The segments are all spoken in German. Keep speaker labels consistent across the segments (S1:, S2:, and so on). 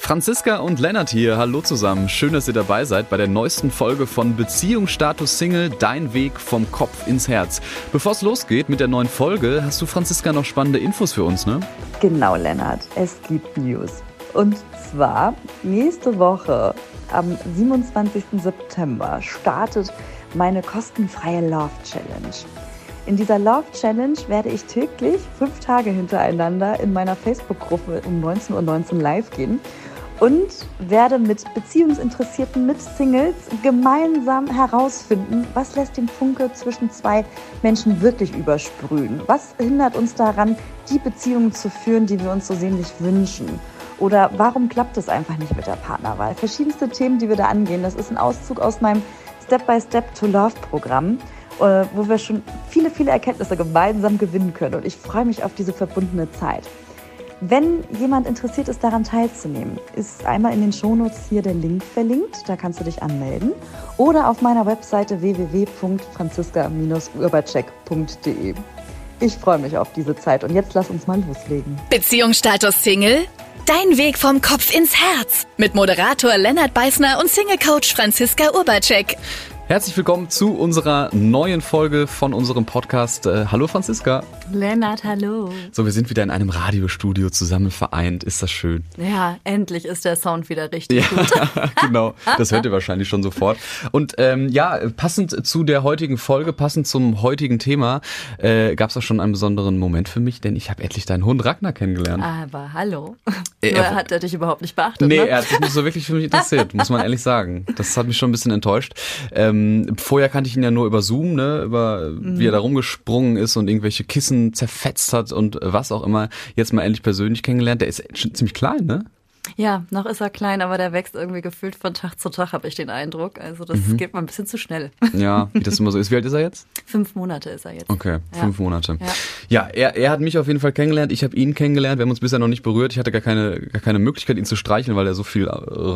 S1: Franziska und Lennart hier, hallo zusammen. Schön, dass ihr dabei seid bei der neuesten Folge von Beziehungsstatus Single, dein Weg vom Kopf ins Herz. Bevor es losgeht mit der neuen Folge, hast du, Franziska, noch spannende Infos für uns, ne?
S2: Genau, Lennart, es gibt News. Und zwar nächste Woche, am 27. September, startet meine kostenfreie Love Challenge. In dieser Love Challenge werde ich täglich 5 Tage hintereinander in meiner Facebook-Gruppe um 19:19 Uhr live gehen und werde mit Beziehungsinteressierten, mit Singles gemeinsam herausfinden, was lässt den Funke zwischen zwei Menschen wirklich übersprühen. Was hindert uns daran, die Beziehungen zu führen, die wir uns so sehnlich wünschen? Oder warum klappt es einfach nicht mit der Partnerwahl? Verschiedenste Themen, die wir da angehen. Das ist ein Auszug aus meinem Step-by-Step-to-Love-Programm, wo wir schon viele, viele Erkenntnisse gemeinsam gewinnen können. Und ich freue mich auf diese verbundene Zeit. Wenn jemand interessiert ist, daran teilzunehmen, ist einmal in den Shownotes hier der Link verlinkt. Da kannst du dich anmelden. Oder auf meiner Webseite www.franziska-urbacek.de. Ich freue mich auf diese Zeit. Und jetzt lass uns mal loslegen.
S3: Beziehungsstatus Single? Dein Weg vom Kopf ins Herz. Mit Moderator Lennart Beißner und Single-Coach Franziska Urbacek.
S1: Herzlich willkommen zu unserer neuen Folge von unserem Podcast. Hallo Franziska.
S4: Lennart, hallo.
S1: So, wir sind wieder in einem Radiostudio zusammen vereint. Ist das schön?
S4: Ja, endlich ist der Sound wieder richtig gut.
S1: Genau, das hört ihr wahrscheinlich schon sofort. Und passend zu der heutigen Folge, passend zum heutigen Thema, gab es auch schon einen besonderen Moment für mich, denn ich habe endlich deinen Hund Ragnar kennengelernt.
S4: Aber hallo. Nur hat er dich überhaupt nicht beachtet,
S1: Nee,
S4: ne?
S1: er hat sich nicht so wirklich für mich interessiert, muss man ehrlich sagen. Das hat mich schon ein bisschen enttäuscht. Vorher kannte ich ihn ja nur über Zoom, ne, wie er da rumgesprungen ist und irgendwelche Kissen zerfetzt hat und was auch immer. Jetzt mal endlich persönlich kennengelernt. Der ist schon ziemlich klein, ne?
S4: Ja, noch ist er klein, aber der wächst irgendwie gefühlt von Tag zu Tag, habe ich den Eindruck. Also das geht mal ein bisschen zu schnell.
S1: Ja, wie das immer so ist. Wie alt ist er jetzt?
S4: 5 Monate ist er jetzt.
S1: Okay,
S4: Ja.
S1: 5 Monate. Ja, er hat mich auf jeden Fall kennengelernt. Ich habe ihn kennengelernt. Wir haben uns bisher noch nicht berührt. Ich hatte gar keine Möglichkeit, ihn zu streicheln, weil er so viel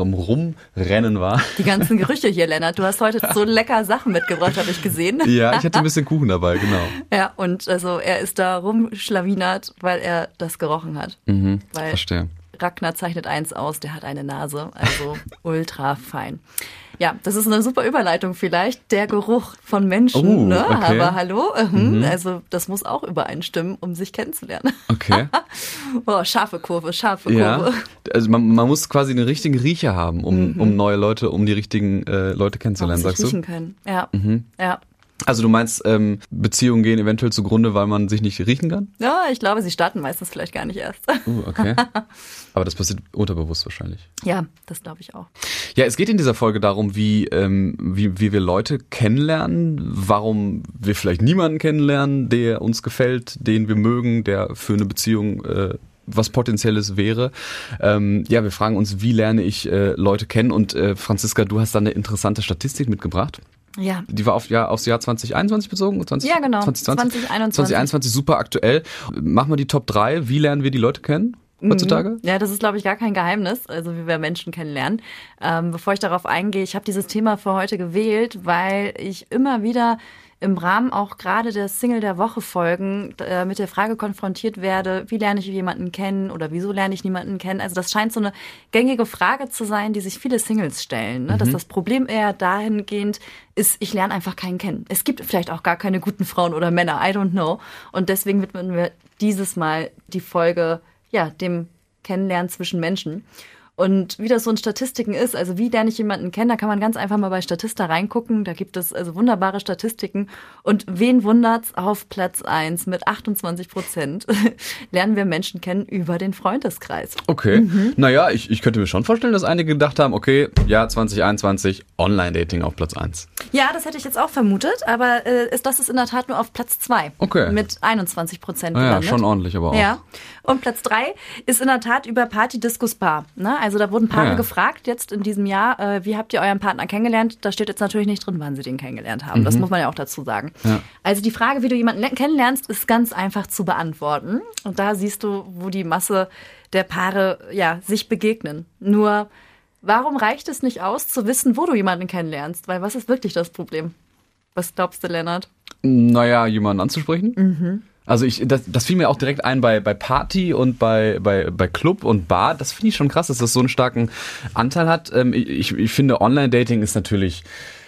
S1: rumrennen war.
S4: Die ganzen Gerüche hier, Lennart. Du hast heute so lecker Sachen mitgebracht, habe ich gesehen.
S1: Ja, ich hatte ein bisschen Kuchen dabei, genau.
S4: Ja, und also er ist da rumschlawinert, weil er das gerochen hat. Weil
S1: Verstehe.
S4: Ragnar zeichnet eins aus, der hat eine Nase, also ultra fein. Ja, das ist eine super Überleitung vielleicht, der Geruch von Menschen, ne?
S1: Okay.
S4: Aber hallo, also das muss auch übereinstimmen, um sich kennenzulernen.
S1: Okay.
S4: Oh, scharfe Kurve.
S1: Ja, also man muss quasi den richtigen Riecher haben, um neue Leute, um die richtigen Leute kennenzulernen,
S4: Sich
S1: sagst du?
S4: riechen können. Ja, ja.
S1: Also du meinst, Beziehungen gehen eventuell zugrunde, weil man sich nicht riechen kann?
S4: Ja, ich glaube, sie starten meistens vielleicht gar nicht erst.
S1: Okay. Aber das passiert unterbewusst wahrscheinlich.
S4: Ja, das glaube ich auch.
S1: Ja, es geht in dieser Folge darum, wie wir Leute kennenlernen, warum wir vielleicht niemanden kennenlernen, der uns gefällt, den wir mögen, der für eine Beziehung was Potenzielles wäre. Wir fragen uns, wie lerne ich Leute kennen? Und Franziska, du hast da eine interessante Statistik mitgebracht.
S4: Ja.
S1: Die war aufs Jahr 2021 bezogen?
S4: Ja, genau.
S1: 2021. 2021, super aktuell. Machen wir die Top 3. Wie lernen wir die Leute kennen heutzutage?
S4: Ja, das ist, glaube ich, gar kein Geheimnis, also wie wir Menschen kennenlernen. Bevor ich darauf eingehe, ich habe dieses Thema für heute gewählt, weil ich immer wieder im Rahmen auch gerade der Single der Woche Folgen mit der Frage konfrontiert werde, wie lerne ich jemanden kennen oder wieso lerne ich niemanden kennen? Also das scheint so eine gängige Frage zu sein, die sich viele Singles stellen, ne? Dass das Problem eher dahingehend ist, ich lerne einfach keinen kennen. Es gibt vielleicht auch gar keine guten Frauen oder Männer, I don't know. Und deswegen widmen wir dieses Mal die Folge dem Kennenlernen zwischen Menschen. Und wie das so in Statistiken ist, also wie lerne ich jemanden kennen, da kann man ganz einfach mal bei Statista reingucken. Da gibt es also wunderbare Statistiken. Und wen wundert's? Auf Platz 1 mit 28% lernen wir Menschen kennen über den Freundeskreis.
S1: Okay. Naja, ich könnte mir schon vorstellen, dass einige gedacht haben, okay, Jahr 2021, Online-Dating auf Platz 1.
S4: Ja, das hätte ich jetzt auch vermutet, aber das ist in der Tat nur auf Platz 2.
S1: Okay.
S4: Mit 21%
S1: Naja,
S4: gelandet.
S1: schon ordentlich aber auch.
S4: Ja. Und Platz 3 ist in der Tat über Party, Diskus, Bar. Ne? Also da wurden Paare gefragt jetzt in diesem Jahr, wie habt ihr euren Partner kennengelernt? Da steht jetzt natürlich nicht drin, wann sie den kennengelernt haben. Das muss man ja auch dazu sagen. Ja. Also die Frage, wie du jemanden kennenlernst, ist ganz einfach zu beantworten. Und da siehst du, wo die Masse der Paare sich begegnen. Nur, warum reicht es nicht aus, zu wissen, wo du jemanden kennenlernst? Weil was ist wirklich das Problem? Was glaubst du, Lennart?
S1: Naja, jemanden anzusprechen. Also das fiel mir auch direkt ein bei Party und bei Club und Bar. Das finde ich schon krass, dass das so einen starken Anteil hat. Ich finde, Online-Dating ist natürlich,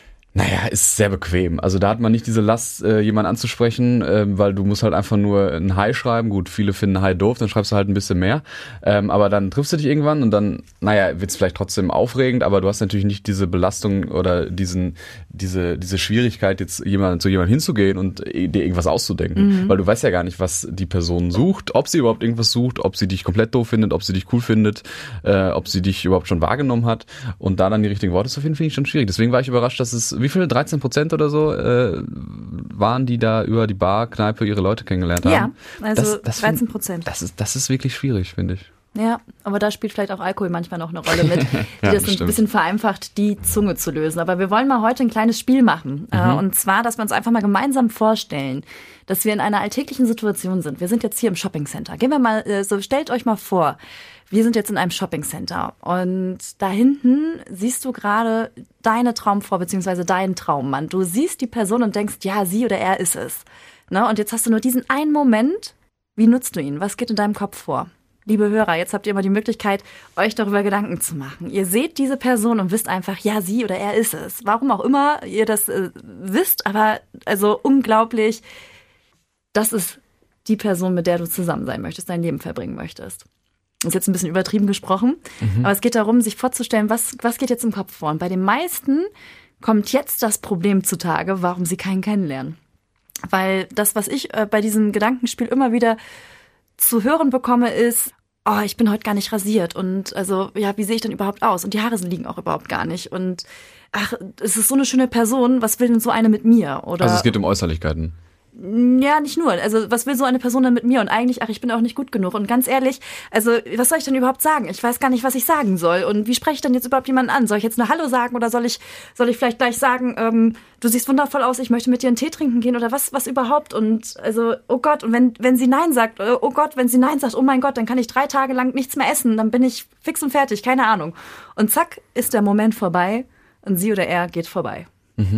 S1: ist sehr bequem. Also da hat man nicht diese Last, jemanden anzusprechen, weil du musst halt einfach nur ein Hi schreiben. Gut, viele finden Hi doof, dann schreibst du halt ein bisschen mehr. Aber dann triffst du dich irgendwann und dann, wird's vielleicht trotzdem aufregend, aber du hast natürlich nicht diese Belastung oder diese Schwierigkeit, jetzt zu jemandem hinzugehen und dir irgendwas auszudenken. Weil du weißt ja gar nicht, was die Person sucht, ob sie überhaupt irgendwas sucht, ob sie dich komplett doof findet, ob sie dich cool findet, ob sie dich überhaupt schon wahrgenommen hat. Und da dann die richtigen Worte zu finden, finde ich schon schwierig. Deswegen war ich überrascht, dass es, wie viel, 13% oder so, waren, die da über die Bar, Kneipe ihre Leute kennengelernt haben.
S4: Ja, also das 13%.
S1: Das ist wirklich schwierig, finde ich.
S4: Ja, aber da spielt vielleicht auch Alkohol manchmal noch eine Rolle mit, die das ein bisschen vereinfacht, die Zunge zu lösen. Aber wir wollen mal heute ein kleines Spiel machen. Und zwar, dass wir uns einfach mal gemeinsam vorstellen, dass wir in einer alltäglichen Situation sind. Wir sind jetzt hier im Shoppingcenter. Gehen wir mal, stellt euch mal vor, wir sind jetzt in einem Shoppingcenter und da hinten siehst du gerade deine Traumfrau bzw. deinen Traummann. Du siehst die Person und denkst, ja, sie oder er ist es. Ne? Und jetzt hast du nur diesen einen Moment. Wie nutzt du ihn? Was geht in deinem Kopf vor? Liebe Hörer, jetzt habt ihr mal die Möglichkeit, euch darüber Gedanken zu machen. Ihr seht diese Person und wisst einfach, ja, sie oder er ist es. Warum auch immer ihr das wisst, aber also unglaublich, das ist die Person, mit der du zusammen sein möchtest, dein Leben verbringen möchtest. Das ist jetzt ein bisschen übertrieben gesprochen, aber es geht darum, sich vorzustellen, was geht jetzt im Kopf vor. Und bei den meisten kommt jetzt das Problem zutage, warum sie keinen kennenlernen. Weil das, was ich bei diesem Gedankenspiel immer wieder zu hören bekomme, ist, oh, ich bin heute gar nicht rasiert und also, ja, wie sehe ich denn überhaupt aus? Und die Haare liegen auch überhaupt gar nicht und ach, es ist so eine schöne Person, was will denn so eine mit mir? Oder,
S1: also es geht um Äußerlichkeiten.
S4: Ja, nicht nur. Also was will so eine Person denn mit mir? Und eigentlich, ich bin auch nicht gut genug. Und ganz ehrlich, also was soll ich denn überhaupt sagen? Ich weiß gar nicht, was ich sagen soll. Und wie spreche ich denn jetzt überhaupt jemanden an? Soll ich jetzt eine Hallo sagen oder soll ich vielleicht gleich sagen, du siehst wundervoll aus, ich möchte mit dir einen Tee trinken gehen oder was überhaupt? Und also, oh Gott, und wenn sie Nein sagt, oh mein Gott, dann kann ich 3 Tage lang nichts mehr essen, dann bin ich fix und fertig, keine Ahnung. Und zack, ist der Moment vorbei und sie oder er geht vorbei.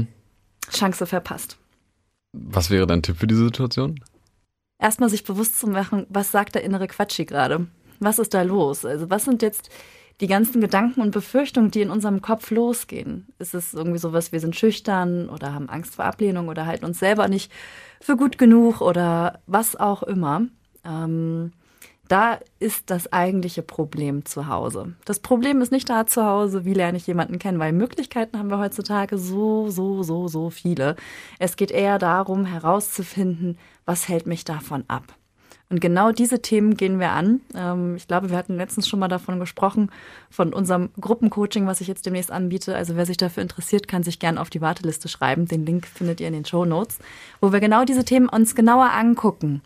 S4: Chance verpasst.
S1: Was wäre dein Tipp für diese Situation?
S4: Erstmal sich bewusst zu machen, was sagt der innere Quatschi gerade? Was ist da los? Also was sind jetzt die ganzen Gedanken und Befürchtungen, die in unserem Kopf losgehen? Ist es irgendwie sowas, wir sind schüchtern oder haben Angst vor Ablehnung oder halten uns selber nicht für gut genug oder was auch immer? Da ist das eigentliche Problem zu Hause. Das Problem ist nicht da zu Hause, wie lerne ich jemanden kennen, weil Möglichkeiten haben wir heutzutage so viele. Es geht eher darum, herauszufinden, was hält mich davon ab. Und genau diese Themen gehen wir an. Ich glaube, wir hatten letztens schon mal davon gesprochen, von unserem Gruppencoaching, was ich jetzt demnächst anbiete. Also wer sich dafür interessiert, kann sich gerne auf die Warteliste schreiben. Den Link findet ihr in den Shownotes, wo wir genau diese Themen uns genauer angucken.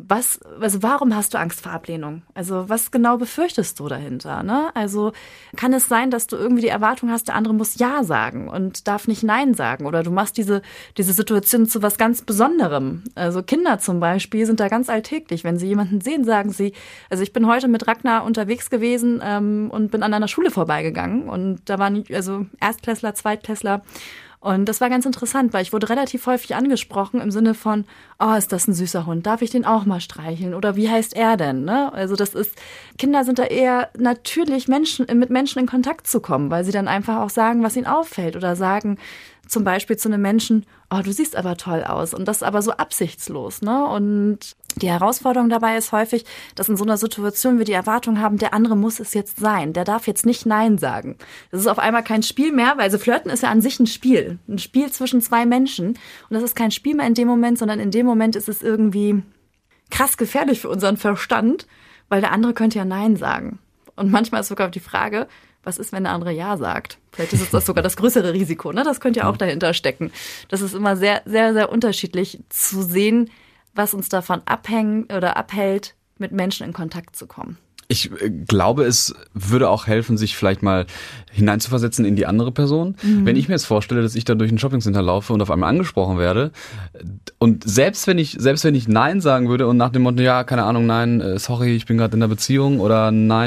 S4: Warum hast du Angst vor Ablehnung? Also was genau befürchtest du dahinter? Ne? Also kann es sein, dass du irgendwie die Erwartung hast, der andere muss Ja sagen und darf nicht Nein sagen? Oder du machst diese Situation zu was ganz Besonderem. Also Kinder zum Beispiel sind da ganz alltäglich. Wenn sie jemanden sehen, sagen sie, also ich bin heute mit Ragnar unterwegs gewesen und bin an einer Schule vorbeigegangen. Und da waren also Erstklässler, Zweitklässler. Und das war ganz interessant, weil ich wurde relativ häufig angesprochen im Sinne von, oh, ist das ein süßer Hund, darf ich den auch mal streicheln? Oder wie heißt er denn? Ne? Also Kinder sind da eher natürlich mit Menschen in Kontakt zu kommen, weil sie dann einfach auch sagen, was ihnen auffällt oder sagen zum Beispiel zu einem Menschen, oh, du siehst aber toll aus und das aber so absichtslos. Ne? Und die Herausforderung dabei ist häufig, dass in so einer Situation wir die Erwartung haben, der andere muss es jetzt sein, der darf jetzt nicht Nein sagen. Das ist auf einmal kein Spiel mehr, weil so Flirten ist ja an sich ein Spiel zwischen 2 Menschen und das ist kein Spiel mehr in dem Moment, sondern in dem Moment ist es irgendwie krass gefährlich für unseren Verstand, weil der andere könnte ja Nein sagen. Und manchmal ist sogar die Frage, was ist, wenn der andere Ja sagt? Vielleicht ist das sogar das größere Risiko, ne? Das könnte ja auch dahinter stecken. Das ist immer sehr, sehr, sehr unterschiedlich zu sehen, was uns davon abhält, mit Menschen in Kontakt zu kommen.
S1: Ich glaube, es würde auch helfen, sich vielleicht mal hineinzuversetzen in die andere Person. Wenn ich mir jetzt vorstelle, dass ich da durch ein Shoppingcenter laufe und auf einmal angesprochen werde und selbst wenn ich Nein sagen würde und nach dem Motto, ja, keine Ahnung, nein, sorry, ich bin gerade in einer Beziehung oder nein, ich habe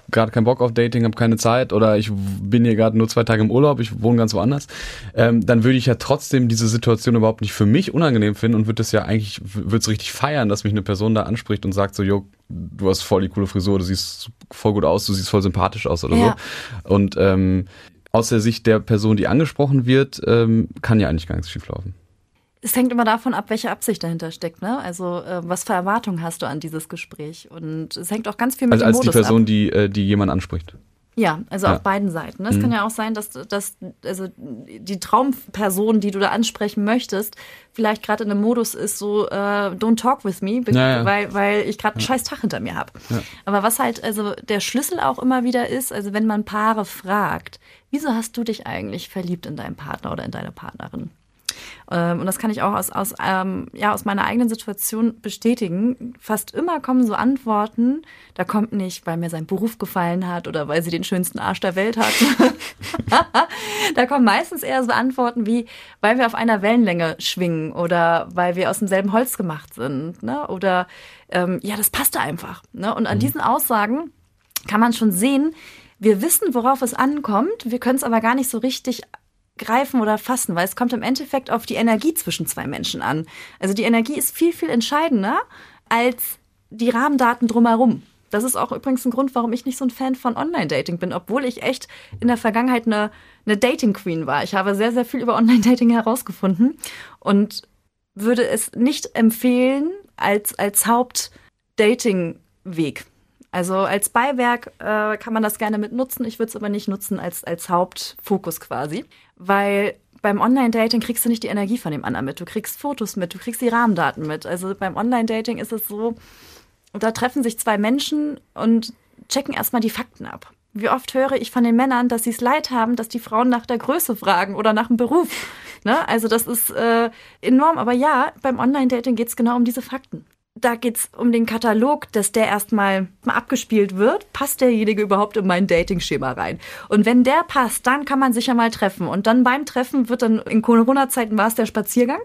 S1: gerade keinen Bock auf Dating, habe keine Zeit oder ich bin hier gerade nur 2 Tage im Urlaub, ich wohne ganz woanders, dann würde ich ja trotzdem diese Situation überhaupt nicht für mich unangenehm finden und würde es richtig feiern, dass mich eine Person da anspricht und sagt so, jo, du hast voll die coole Frisur, du siehst voll gut aus, du siehst voll sympathisch aus oder so. Und aus der Sicht der Person, die angesprochen wird, kann ja eigentlich gar nichts schief laufen.
S4: Es hängt immer davon ab, welche Absicht dahinter steckt, ne? Also was für Erwartungen hast du an dieses Gespräch? Und es hängt auch ganz viel mit dem Modus ab.
S1: Als die Person, die jemand anspricht.
S4: Ja, also auf beiden Seiten. Es kann ja auch sein, dass also die Traumperson, die du da ansprechen möchtest, vielleicht gerade in einem Modus ist so don't talk with me, weil ich gerade einen scheiß Tag hinter mir habe. Ja. Aber was halt also der Schlüssel auch immer wieder ist, also wenn man Paare fragt, wieso hast du dich eigentlich verliebt in deinen Partner oder in deine Partnerin? Und das kann ich auch aus meiner eigenen Situation bestätigen. Fast immer kommen so Antworten, da kommt nicht, weil mir sein Beruf gefallen hat oder weil sie den schönsten Arsch der Welt hat. Da kommen meistens eher so Antworten wie, weil wir auf einer Wellenlänge schwingen oder weil wir aus demselben Holz gemacht sind, ne? Oder das passte einfach. Ne? Und an diesen Aussagen kann man schon sehen, wir wissen, worauf es ankommt, wir können es aber gar nicht so richtig greifen oder fassen, weil es kommt im Endeffekt auf die Energie zwischen 2 Menschen an. Also die Energie ist viel, viel entscheidender als die Rahmendaten drumherum. Das ist auch übrigens ein Grund, warum ich nicht so ein Fan von Online-Dating bin, obwohl ich echt in der Vergangenheit eine Dating-Queen war. Ich habe sehr, sehr viel über Online-Dating herausgefunden und würde es nicht empfehlen als Haupt-Dating-Weg. Also als Beiwerk kann man das gerne mit nutzen. Ich würde es aber nicht nutzen als Hauptfokus quasi. Weil beim Online-Dating kriegst du nicht die Energie von dem anderen mit. Du kriegst Fotos mit, du kriegst die Rahmendaten mit. Also beim Online-Dating ist es so, da treffen sich 2 Menschen und checken erstmal die Fakten ab. Wie oft höre ich von den Männern, dass sie es leid haben, dass die Frauen nach der Größe fragen oder nach dem Beruf. Ne? Also das ist enorm. Aber ja, beim Online-Dating geht es genau um diese Fakten. Da geht's um den Katalog, dass der erstmal abgespielt wird. Passt derjenige überhaupt in mein Dating-Schema rein? Und wenn der passt, dann kann man sich ja mal treffen. Und dann beim Treffen wird dann, in Corona-Zeiten war es der Spaziergang.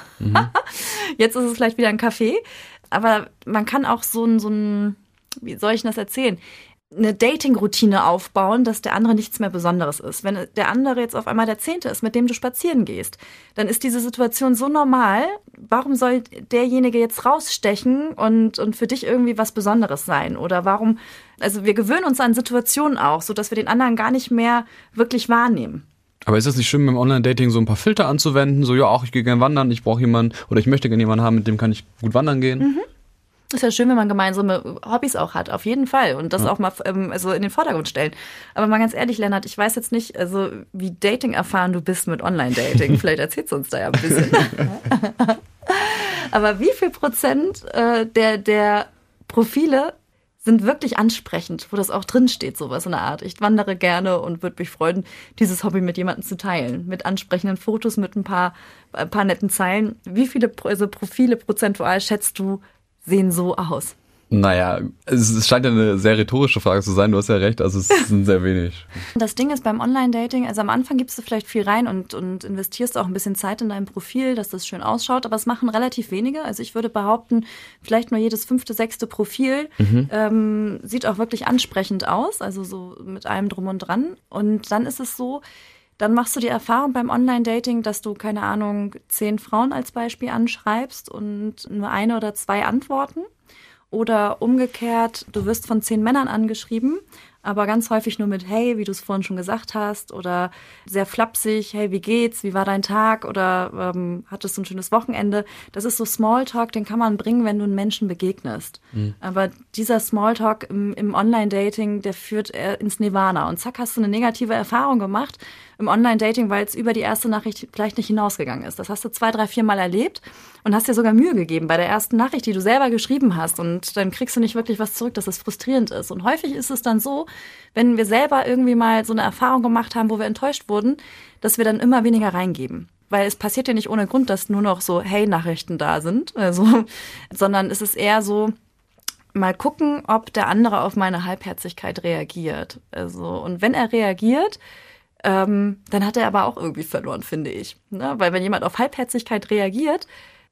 S4: Jetzt ist es vielleicht wieder ein Café. Aber man kann auch so ein, wie soll ich das erzählen? Eine Dating-Routine aufbauen, dass der andere nichts mehr Besonderes ist. Wenn der andere jetzt auf einmal der 10. ist, mit dem du spazieren gehst, dann ist diese Situation so normal. Warum soll derjenige jetzt rausstechen und für dich irgendwie was Besonderes sein? Oder warum, also wir gewöhnen uns an Situationen auch, sodass wir den anderen gar nicht mehr wirklich wahrnehmen.
S1: Aber ist es nicht schlimm, im Online-Dating so ein paar Filter anzuwenden? So, ja, ich gehe gerne wandern, ich brauche jemanden oder ich möchte gerne jemanden haben, mit dem kann ich gut wandern gehen.
S4: Ist ja schön, wenn man gemeinsame Hobbys auch hat, auf jeden Fall. Und das auch mal also in den Vordergrund stellen. Aber mal ganz ehrlich, Lennart, ich weiß jetzt nicht, also wie Dating erfahren du bist mit Online-Dating. Vielleicht erzählst du uns da ja ein bisschen. Aber wie viel Prozent der Profile sind wirklich ansprechend, wo das auch drin steht, sowas in der Art. Ich wandere gerne und würde mich freuen, dieses Hobby mit jemandem zu teilen. Mit ansprechenden Fotos, mit ein paar netten Zeilen. Wie viele Profile prozentual schätzt du, sehen so aus?
S1: Naja, es scheint ja eine sehr rhetorische Frage zu sein, du hast ja recht, also es sind sehr wenig.
S4: Das Ding ist beim Online-Dating, also am Anfang gibst du vielleicht viel rein und investierst auch ein bisschen Zeit in dein Profil, dass das schön ausschaut, aber es machen relativ wenige. Also ich würde behaupten, vielleicht nur jedes 5., 6. Profil sieht auch wirklich ansprechend aus, also so mit allem drum und dran. Und dann ist es so, dann machst du die Erfahrung beim Online-Dating, dass du, 10 Frauen als Beispiel anschreibst und nur 1 oder 2 antworten. Oder umgekehrt, du wirst von 10 Männern angeschrieben, aber ganz häufig nur mit hey, wie du es vorhin schon gesagt hast, oder sehr flapsig, hey, wie geht's, wie war dein Tag, oder hattest du ein schönes Wochenende. Das ist so Smalltalk, den kann man bringen, wenn du einen Menschen begegnest. Aber dieser Smalltalk im Online-Dating, der führt ins Nirvana. Und zack, hast du eine negative Erfahrung gemacht im Online-Dating, weil es über die erste Nachricht vielleicht nicht hinausgegangen ist. Das hast du 2, 3, 4 Mal erlebt und hast dir sogar Mühe gegeben bei der ersten Nachricht, die du selber geschrieben hast. Und dann kriegst du nicht wirklich was zurück, dass es frustrierend ist. Und häufig ist es dann so, wenn wir selber irgendwie mal so eine Erfahrung gemacht haben, wo wir enttäuscht wurden, dass wir dann immer weniger reingeben. Weil es passiert ja nicht ohne Grund, dass nur noch so Hey-Nachrichten da sind, sondern es ist eher so, mal gucken, ob der andere auf meine Halbherzigkeit reagiert. Und wenn er reagiert, dann hat er aber auch irgendwie verloren, finde ich. Ne? Weil wenn jemand auf Halbherzigkeit reagiert,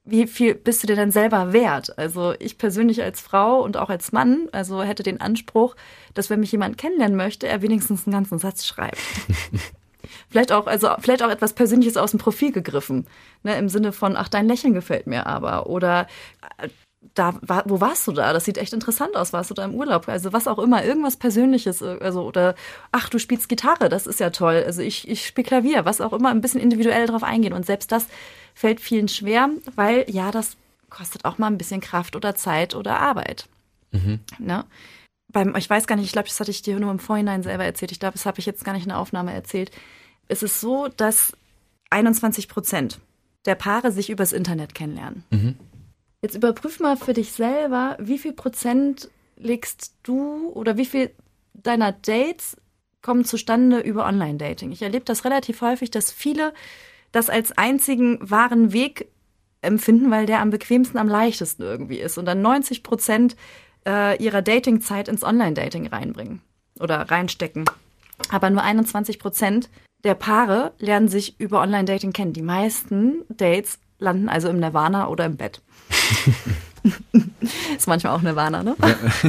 S4: wie viel bist du dir denn selber wert? Also ich persönlich als Frau und auch als Mann, also hätte den Anspruch, dass wenn mich jemand kennenlernen möchte, er wenigstens einen ganzen Satz schreibt. Vielleicht auch etwas Persönliches aus dem Profil gegriffen, ne, im Sinne von, ach, dein Lächeln gefällt mir aber, oder wo warst du da? Das sieht echt interessant aus. Warst du da im Urlaub? Also was auch immer, irgendwas Persönliches, also oder ach, du spielst Gitarre, das ist ja toll. Also ich spiele Klavier, was auch immer, ein bisschen individuell drauf eingehen. Und selbst das fällt vielen schwer, weil ja, das kostet auch mal ein bisschen Kraft oder Zeit oder Arbeit. Ne? Ich weiß gar nicht, ich glaube, das hatte ich dir nur im Vorhinein selber erzählt. Ich glaube, das habe ich jetzt gar nicht in der Aufnahme erzählt. Es ist so, dass 21% der Paare sich übers Internet kennenlernen. Jetzt überprüf mal für dich selber, wie viel Prozent legst du oder wie viel deiner Dates kommen zustande über Online-Dating. Ich erlebe das relativ häufig, dass viele das als einzigen wahren Weg empfinden, weil der am bequemsten, am leichtesten irgendwie ist und dann 90% ihrer Datingzeit ins Online-Dating reinbringen oder reinstecken. Aber nur 21% der Paare lernen sich über Online-Dating kennen. Die meisten Dates landen also im Nirvana oder im Bett. Ist manchmal auch Nirvana, ne?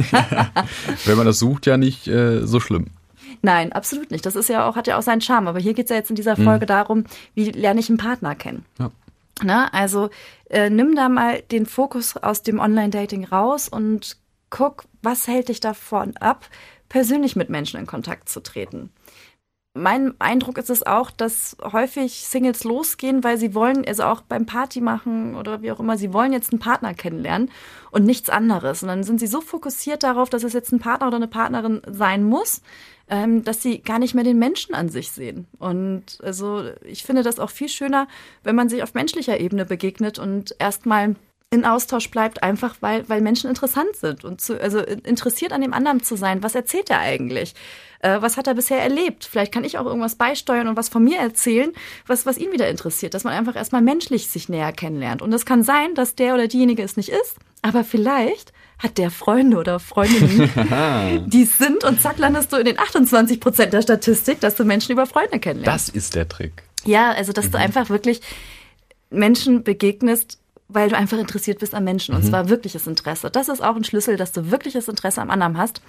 S1: Wenn man das sucht, ja nicht so schlimm.
S4: Nein, absolut nicht. Das ist ja auch, hat ja auch seinen Charme. Aber hier geht es ja jetzt in dieser Folge darum, wie lerne ich einen Partner kennen. Ja. Na, also nimm da mal den Fokus aus dem Online-Dating raus und guck, was hält dich davon ab, persönlich mit Menschen in Kontakt zu treten. Mein Eindruck ist es auch, dass häufig Singles losgehen, weil sie wollen, also auch beim Party machen oder wie auch immer, sie wollen jetzt einen Partner kennenlernen und nichts anderes. Und dann sind sie so fokussiert darauf, dass es jetzt ein Partner oder eine Partnerin sein muss, dass sie gar nicht mehr den Menschen an sich sehen. Und also ich finde das auch viel schöner, wenn man sich auf menschlicher Ebene begegnet und erstmal in Austausch bleibt, einfach weil Menschen interessant sind und also interessiert an dem anderen zu sein. Was erzählt er eigentlich? Was hat er bisher erlebt? Vielleicht kann ich auch irgendwas beisteuern und was von mir erzählen, was ihn wieder interessiert, dass man einfach erstmal menschlich sich näher kennenlernt. Und es kann sein, dass der oder diejenige es nicht ist, aber vielleicht hat der Freunde oder Freundinnen, die es sind, und zack, landest du in den 28% der Statistik, dass du Menschen über Freunde kennenlernst.
S1: Das ist der Trick.
S4: Ja, also dass du einfach wirklich Menschen begegnest, weil du einfach interessiert bist an Menschen, und zwar wirkliches Interesse. Das ist auch ein Schlüssel, dass du wirkliches Interesse am anderen hast.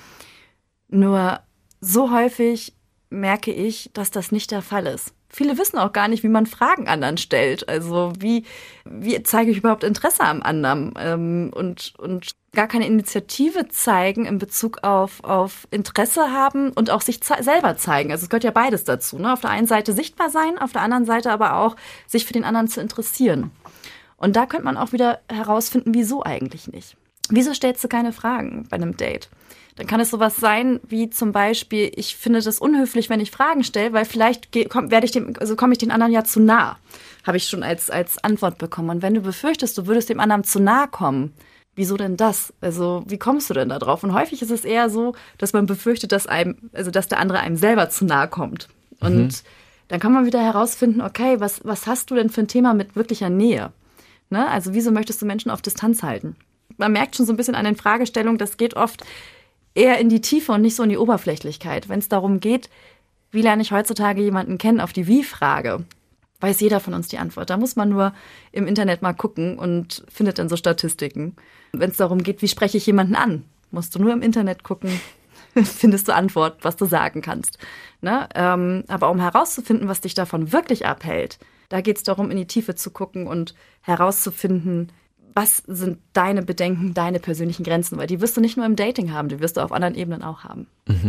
S4: Nur so häufig merke ich, dass das nicht der Fall ist. Viele wissen auch gar nicht, wie man Fragen anderen stellt. Also wie zeige ich überhaupt Interesse am anderen? Und gar keine Initiative zeigen in Bezug auf Interesse haben und auch sich selber zeigen. Also es gehört ja beides dazu, ne? Auf der einen Seite sichtbar sein, auf der anderen Seite aber auch sich für den anderen zu interessieren. Und da könnte man auch wieder herausfinden, wieso eigentlich nicht. Wieso stellst du keine Fragen bei einem Date? Dann kann es sowas sein wie zum Beispiel, ich finde das unhöflich, wenn ich Fragen stelle, weil vielleicht komme ich den anderen ja zu nah, habe ich schon als Antwort bekommen. Und wenn du befürchtest, du würdest dem anderen zu nahe kommen, wieso denn das? Also wie kommst du denn da drauf? Und häufig ist es eher so, dass man befürchtet, dass der andere einem selber zu nahe kommt. Und dann kann man wieder herausfinden, okay, was hast du denn für ein Thema mit wirklicher Nähe? Ne? Also wieso möchtest du Menschen auf Distanz halten? Man merkt schon so ein bisschen an den Fragestellungen, das geht oft eher in die Tiefe und nicht so in die Oberflächlichkeit. Wenn es darum geht, wie lerne ich heutzutage jemanden kennen, auf die Wie-Frage, weiß jeder von uns die Antwort. Da muss man nur im Internet mal gucken und findet dann so Statistiken. Wenn es darum geht, wie spreche ich jemanden an, musst du nur im Internet gucken, findest du Antwort, was du sagen kannst. Ne? Aber um herauszufinden, was dich davon wirklich abhält, da geht es darum, in die Tiefe zu gucken und herauszufinden, was sind deine Bedenken, deine persönlichen Grenzen? Weil die wirst du nicht nur im Dating haben, die wirst du auf anderen Ebenen auch haben.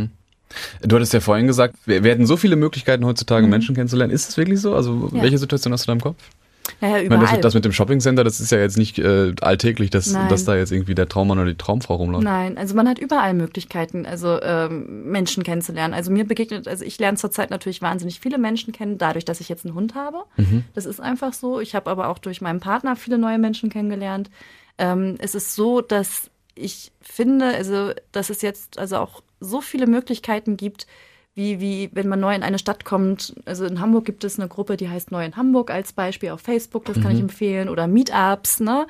S1: Du hattest ja vorhin gesagt, wir hätten so viele Möglichkeiten heutzutage, Menschen kennenzulernen. Ist es wirklich so? Also welche Situation hast du da im Kopf?
S4: Naja, überall.
S1: Ich meine, das mit dem Shoppingcenter, das ist ja jetzt nicht alltäglich, dass da jetzt irgendwie der Traummann oder die Traumfrau rumläuft. Nein,
S4: also man hat überall Möglichkeiten, also Menschen kennenzulernen. Also ich lerne zurzeit natürlich wahnsinnig viele Menschen kennen, dadurch, dass ich jetzt einen Hund habe. Das ist einfach so. Ich habe aber auch durch meinen Partner viele neue Menschen kennengelernt. Es ist so, dass ich finde, also dass es jetzt also auch so viele Möglichkeiten gibt, wie wenn man neu in eine Stadt kommt. Also in Hamburg gibt es eine Gruppe, die heißt Neu in Hamburg als Beispiel auf Facebook, das kann ich empfehlen. Oder Meetups, ne?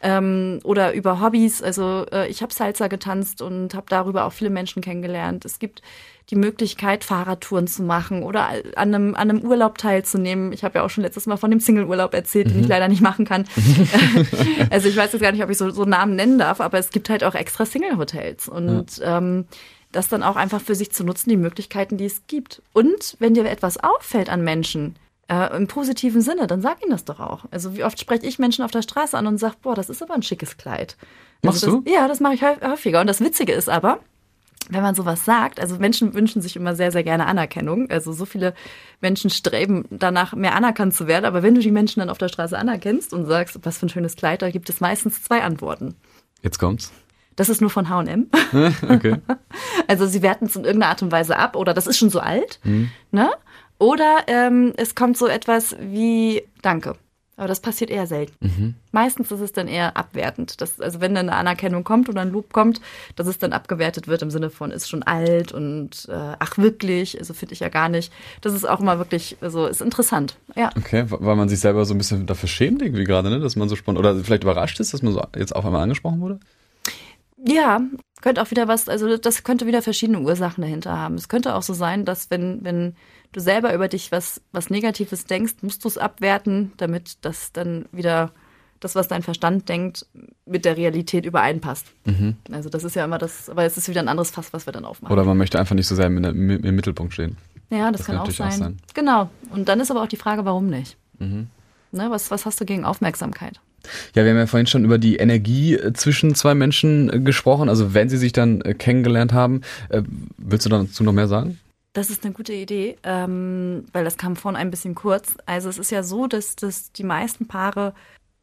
S4: Oder über Hobbys. Also ich habe Salsa getanzt und habe darüber auch viele Menschen kennengelernt. Es gibt die Möglichkeit, Fahrradtouren zu machen oder an einem Urlaub teilzunehmen. Ich habe ja auch schon letztes Mal von dem Single-Urlaub erzählt, den ich leider nicht machen kann. Also ich weiß jetzt gar nicht, ob ich so Namen nennen darf, aber es gibt halt auch extra Single-Hotels. Und das dann auch einfach für sich zu nutzen, die Möglichkeiten, die es gibt. Und wenn dir etwas auffällt an Menschen, im positiven Sinne, dann sag ihnen das doch auch. Also wie oft spreche ich Menschen auf der Straße an und sage, boah, das ist aber ein schickes Kleid.
S1: Machst du?
S4: Ja, das mache ich häufiger. Und das Witzige ist aber, wenn man sowas sagt, also Menschen wünschen sich immer sehr, sehr gerne Anerkennung. Also so viele Menschen streben danach, mehr anerkannt zu werden. Aber wenn du die Menschen dann auf der Straße anerkennst und sagst, was für ein schönes Kleid, da gibt es meistens 2 Antworten.
S1: Jetzt kommt's.
S4: Das ist nur von H&M.
S1: Okay.
S4: Also sie werten es in irgendeiner Art und Weise ab oder das ist schon so alt, ne? Oder es kommt so etwas wie Danke. Aber das passiert eher selten. Meistens ist es dann eher abwertend. Also wenn dann eine Anerkennung kommt oder ein Lob kommt, dass es dann abgewertet wird im Sinne von ist schon alt und ach wirklich, also finde ich ja gar nicht. Das ist auch immer wirklich, also ist interessant. Ja.
S1: Okay, weil man sich selber so ein bisschen dafür schämt irgendwie gerade, ne? Dass man so spontan oder vielleicht überrascht ist, dass man so jetzt auf einmal angesprochen wurde?
S4: Ja, könnte auch wieder also das könnte wieder verschiedene Ursachen dahinter haben. Es könnte auch so sein, dass wenn du selber über dich was Negatives denkst, musst du es abwerten, damit das dann wieder das, was dein Verstand denkt, mit der Realität übereinpasst. Also das ist ja immer das, aber es ist wieder ein anderes Fass, was wir dann aufmachen.
S1: Oder man möchte einfach nicht so sehr im Mittelpunkt stehen.
S4: Ja, das kann auch sein. Genau. Und dann ist aber auch die Frage, warum nicht? Ne, was hast du gegen Aufmerksamkeit?
S1: Ja, wir haben ja vorhin schon über die Energie zwischen 2 Menschen gesprochen, also wenn sie sich dann kennengelernt haben. Willst du dazu noch mehr sagen?
S4: Das ist eine gute Idee, weil das kam vorhin ein bisschen kurz. Also es ist ja so, dass die meisten Paare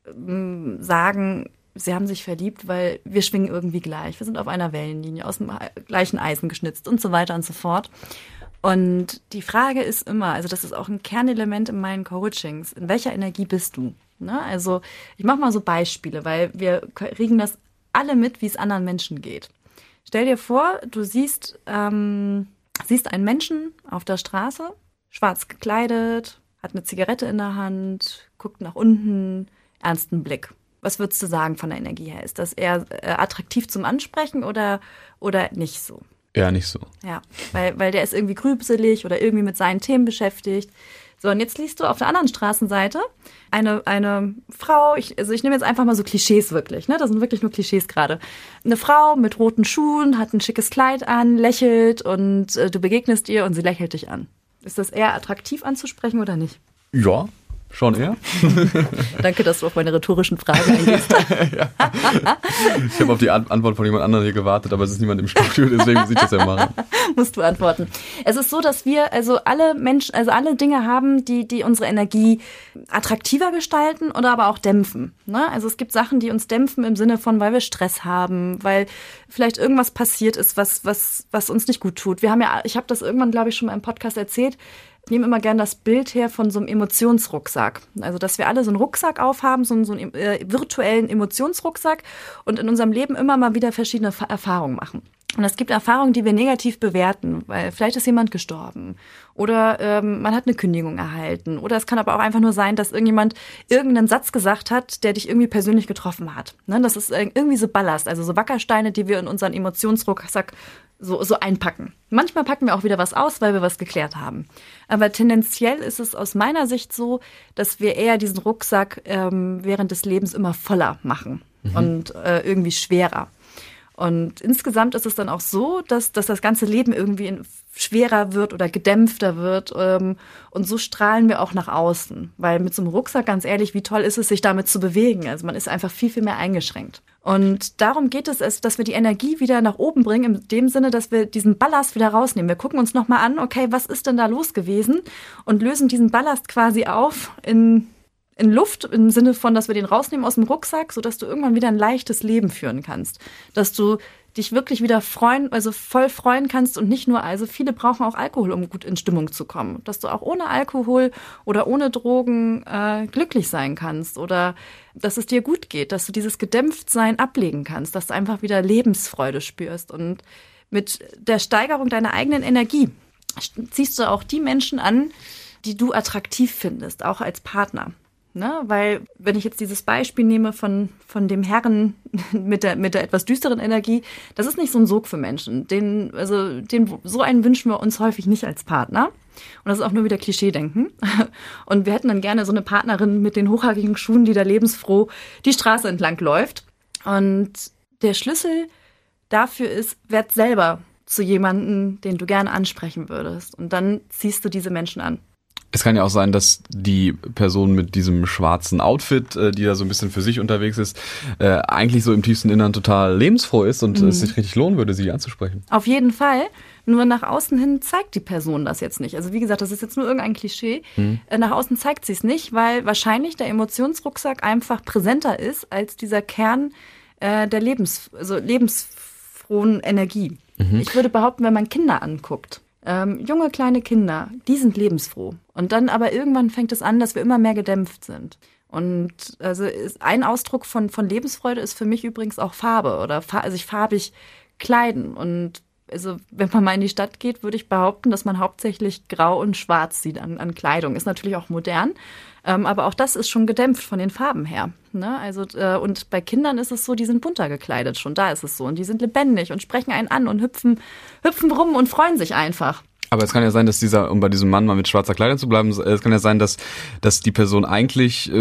S4: sagen, sie haben sich verliebt, weil wir schwingen irgendwie gleich. Wir sind auf einer Wellenlinie, aus dem gleichen Eisen geschnitzt und so weiter und so fort. Und die Frage ist immer, also das ist auch ein Kernelement in meinen Coachings, in welcher Energie bist du? Ne? Also ich mache mal so Beispiele, weil wir kriegen das alle mit, wie es anderen Menschen geht. Stell dir vor, du siehst einen Menschen auf der Straße, schwarz gekleidet, hat eine Zigarette in der Hand, guckt nach unten, ernsten Blick. Was würdest du sagen von der Energie her? Ist das eher attraktiv zum Ansprechen oder nicht so?
S1: Ja, nicht so.
S4: Ja, weil der ist irgendwie grübselig oder irgendwie mit seinen Themen beschäftigt. So, und jetzt liest du auf der anderen Straßenseite eine Frau, ich nehme jetzt einfach mal so Klischees wirklich, ne? Das sind wirklich nur Klischees gerade. Eine Frau mit roten Schuhen, hat ein schickes Kleid an, lächelt und du begegnest ihr und sie lächelt dich an. Ist das eher attraktiv anzusprechen oder nicht?
S1: Ja, schon eher.
S4: Danke, dass du auf meine rhetorischen Fragen eingehst.
S1: Ja. Ich habe auf die Antwort von jemand anderem hier gewartet, aber es ist niemand im Studio, deswegen muss ich das ja machen.
S4: Musst du antworten. Es ist so, dass wir alle Dinge haben, die unsere Energie attraktiver gestalten oder aber auch dämpfen. Ne? Also es gibt Sachen, die uns dämpfen im Sinne von, weil wir Stress haben, weil vielleicht irgendwas passiert ist, was uns nicht gut tut. Ich habe das irgendwann, glaube ich, schon mal im Podcast erzählt. Ich nehme immer gerne das Bild her von so einem Emotionsrucksack. Also, dass wir alle so einen Rucksack aufhaben, so einen virtuellen Emotionsrucksack und in unserem Leben immer mal wieder verschiedene Erfahrungen machen. Und es gibt Erfahrungen, die wir negativ bewerten, weil vielleicht ist jemand gestorben oder man hat eine Kündigung erhalten. Oder es kann aber auch einfach nur sein, dass irgendjemand irgendeinen Satz gesagt hat, der dich irgendwie persönlich getroffen hat. Ne? Das ist irgendwie so Ballast, also so Wackersteine, die wir in unseren Emotionsrucksack so einpacken. Manchmal packen wir auch wieder was aus, weil wir was geklärt haben. Aber tendenziell ist es aus meiner Sicht so, dass wir eher diesen Rucksack während des Lebens immer voller machen und irgendwie schwerer. Und insgesamt ist es dann auch so, dass das ganze Leben irgendwie schwerer wird oder gedämpfter wird. Und so strahlen wir auch nach außen. Weil mit so einem Rucksack, ganz ehrlich, wie toll ist es, sich damit zu bewegen? Also man ist einfach viel, viel mehr eingeschränkt. Und darum geht es, dass wir die Energie wieder nach oben bringen, in dem Sinne, dass wir diesen Ballast wieder rausnehmen. Wir gucken uns nochmal an, okay, was ist denn da los gewesen? Und lösen diesen Ballast quasi auf in Luft, im Sinne von, dass wir den rausnehmen aus dem Rucksack, sodass du irgendwann wieder ein leichtes Leben führen kannst. Dass du dich wirklich wieder voll freuen kannst und nicht nur, also viele brauchen auch Alkohol, um gut in Stimmung zu kommen. Dass du auch ohne Alkohol oder ohne Drogen glücklich sein kannst oder dass es dir gut geht, dass du dieses Gedämpftsein ablegen kannst, dass du einfach wieder Lebensfreude spürst. Und mit der Steigerung deiner eigenen Energie ziehst du auch die Menschen an, die du attraktiv findest, auch als Partner. Ne? Weil, wenn ich jetzt dieses Beispiel nehme von dem Herren mit der etwas düsteren Energie, das ist nicht so ein Sog für Menschen. So einen wünschen wir uns häufig nicht als Partner. Und das ist auch nur wieder Klischee-Denken. Und wir hätten dann gerne so eine Partnerin mit den hochhackigen Schuhen, die da lebensfroh die Straße entlang läuft. Und der Schlüssel dafür ist, werd selber zu jemandem, den du gerne ansprechen würdest. Und dann ziehst du diese Menschen an.
S1: Es kann ja auch sein, dass die Person mit diesem schwarzen Outfit, die da so ein bisschen für sich unterwegs ist, eigentlich so im tiefsten Innern total lebensfroh ist und es sich richtig lohnen würde, sie anzusprechen.
S4: Auf jeden Fall. Nur nach außen hin zeigt die Person das jetzt nicht. Also wie gesagt, das ist jetzt nur irgendein Klischee. Nach außen zeigt sie es nicht, weil wahrscheinlich der Emotionsrucksack einfach präsenter ist als dieser Kern der lebensfrohen Energie. Ich würde behaupten, wenn man Kinder anguckt, junge kleine Kinder, die sind lebensfroh. Und dann aber irgendwann fängt es an, dass wir immer mehr gedämpft sind. Und also ein Ausdruck von Lebensfreude ist für mich übrigens auch Farbe oder sich farbig kleiden. Und also wenn man mal in die Stadt geht, würde ich behaupten, dass man hauptsächlich grau und schwarz sieht an Kleidung. Ist natürlich auch modern, aber auch das ist schon gedämpft von den Farben her. Ne? Also, und bei Kindern ist es so, die sind bunter gekleidet schon, da ist es so. Und die sind lebendig und sprechen einen an und hüpfen rum und freuen sich einfach.
S1: Aber es kann ja sein, dass um bei diesem Mann mal mit schwarzer Kleidung zu bleiben, es kann ja sein, dass die Person eigentlich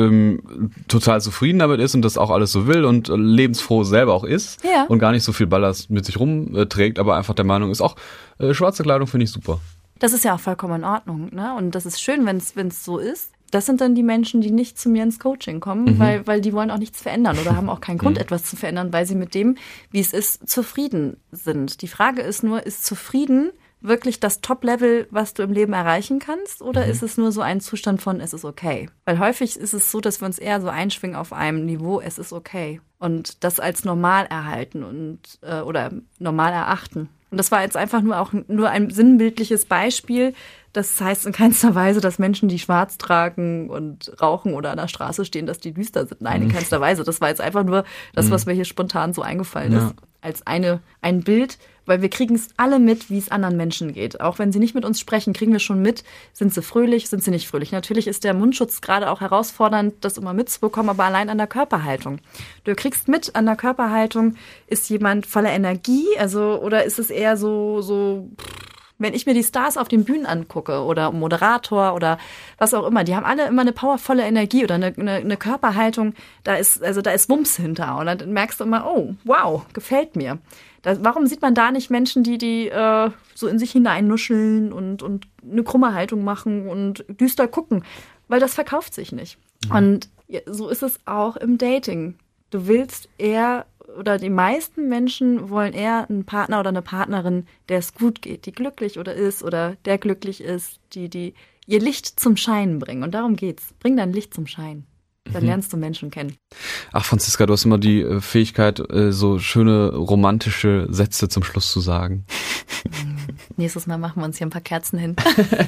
S1: total zufrieden damit ist und das auch alles so will und lebensfroh selber auch ist und gar nicht so viel Ballast mit sich rumträgt, aber einfach der Meinung ist, auch schwarze Kleidung finde ich super.
S4: Das ist ja auch vollkommen in Ordnung, ne? Und das ist schön, wenn es so ist. Das sind dann die Menschen, die nicht zu mir ins Coaching kommen, weil die wollen auch nichts verändern oder haben auch keinen Grund, etwas zu verändern, weil sie mit dem, wie es ist, zufrieden sind. Die Frage ist nur, ist zufrieden wirklich das Top-Level, was du im Leben erreichen kannst? Oder ist es nur so ein Zustand von, es ist okay? Weil häufig ist es so, dass wir uns eher so einschwingen auf einem Niveau, es ist okay. Und das als normal erhalten oder normal erachten. Und das war jetzt einfach nur ein sinnbildliches Beispiel. Das heißt in keinster Weise, dass Menschen, die schwarz tragen und rauchen oder an der Straße stehen, dass die düster sind. Nein, in keinster Weise. Das war jetzt einfach nur das, was mir hier spontan so eingefallen ist. Als ein Bild, weil wir kriegen es alle mit, wie es anderen Menschen geht. Auch wenn sie nicht mit uns sprechen, kriegen wir schon mit, sind sie fröhlich, sind sie nicht fröhlich. Natürlich ist der Mundschutz gerade auch herausfordernd, das immer mitzubekommen, aber allein an der Körperhaltung. Du kriegst mit, an der Körperhaltung, ist jemand voller Energie, oder ist es eher so wenn ich mir die Stars auf den Bühnen angucke oder Moderator oder was auch immer, die haben alle immer eine powervolle Energie oder eine Körperhaltung, da ist Wumms hinter und dann merkst du immer, oh, wow, gefällt mir. Warum sieht man da nicht Menschen, die so in sich hineinnuscheln und eine krumme Haltung machen und düster gucken? Weil das verkauft sich nicht. Und so ist es auch im Dating. Du willst eher, oder die meisten Menschen wollen eher einen Partner oder eine Partnerin, der es gut geht, die glücklich ist oder der glücklich ist, die ihr Licht zum Scheinen bringen. Und darum geht's. Bring dein Licht zum Schein. Dann lernst du Menschen kennen.
S1: Ach, Franziska, du hast immer die Fähigkeit, so schöne romantische Sätze zum Schluss zu sagen.
S4: Nächstes Mal machen wir uns hier ein paar Kerzen hin.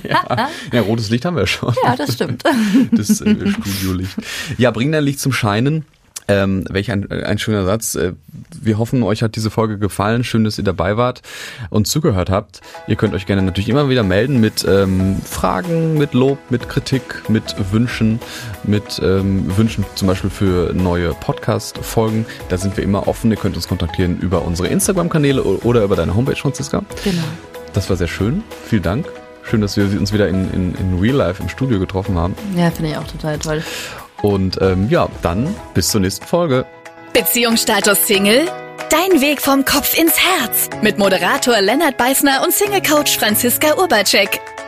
S1: Ja, rotes Licht haben wir schon.
S4: Ja, das stimmt.
S1: Das Studiolicht. Ja, bring dein Licht zum Scheinen. Welch ein schöner Satz. Wir hoffen, euch hat diese Folge gefallen. Schön, dass ihr dabei wart und zugehört habt. Ihr könnt euch gerne natürlich immer wieder melden mit Fragen, mit Lob, mit Kritik, mit Wünschen, Wünschen zum Beispiel für neue Podcast-Folgen. Da sind wir immer offen. Ihr könnt uns kontaktieren über unsere Instagram-Kanäle oder über deine Homepage, Franziska.
S4: Genau.
S1: Das war sehr schön. Vielen Dank. Schön, dass wir uns wieder in Real Life im Studio getroffen haben.
S4: Ja, finde ich auch total toll.
S1: Und dann bis zur nächsten Folge.
S3: Beziehungsstatus Single? Dein Weg vom Kopf ins Herz. Mit Moderator Lennart Beißner und Single-Coach Franziska Urbacek.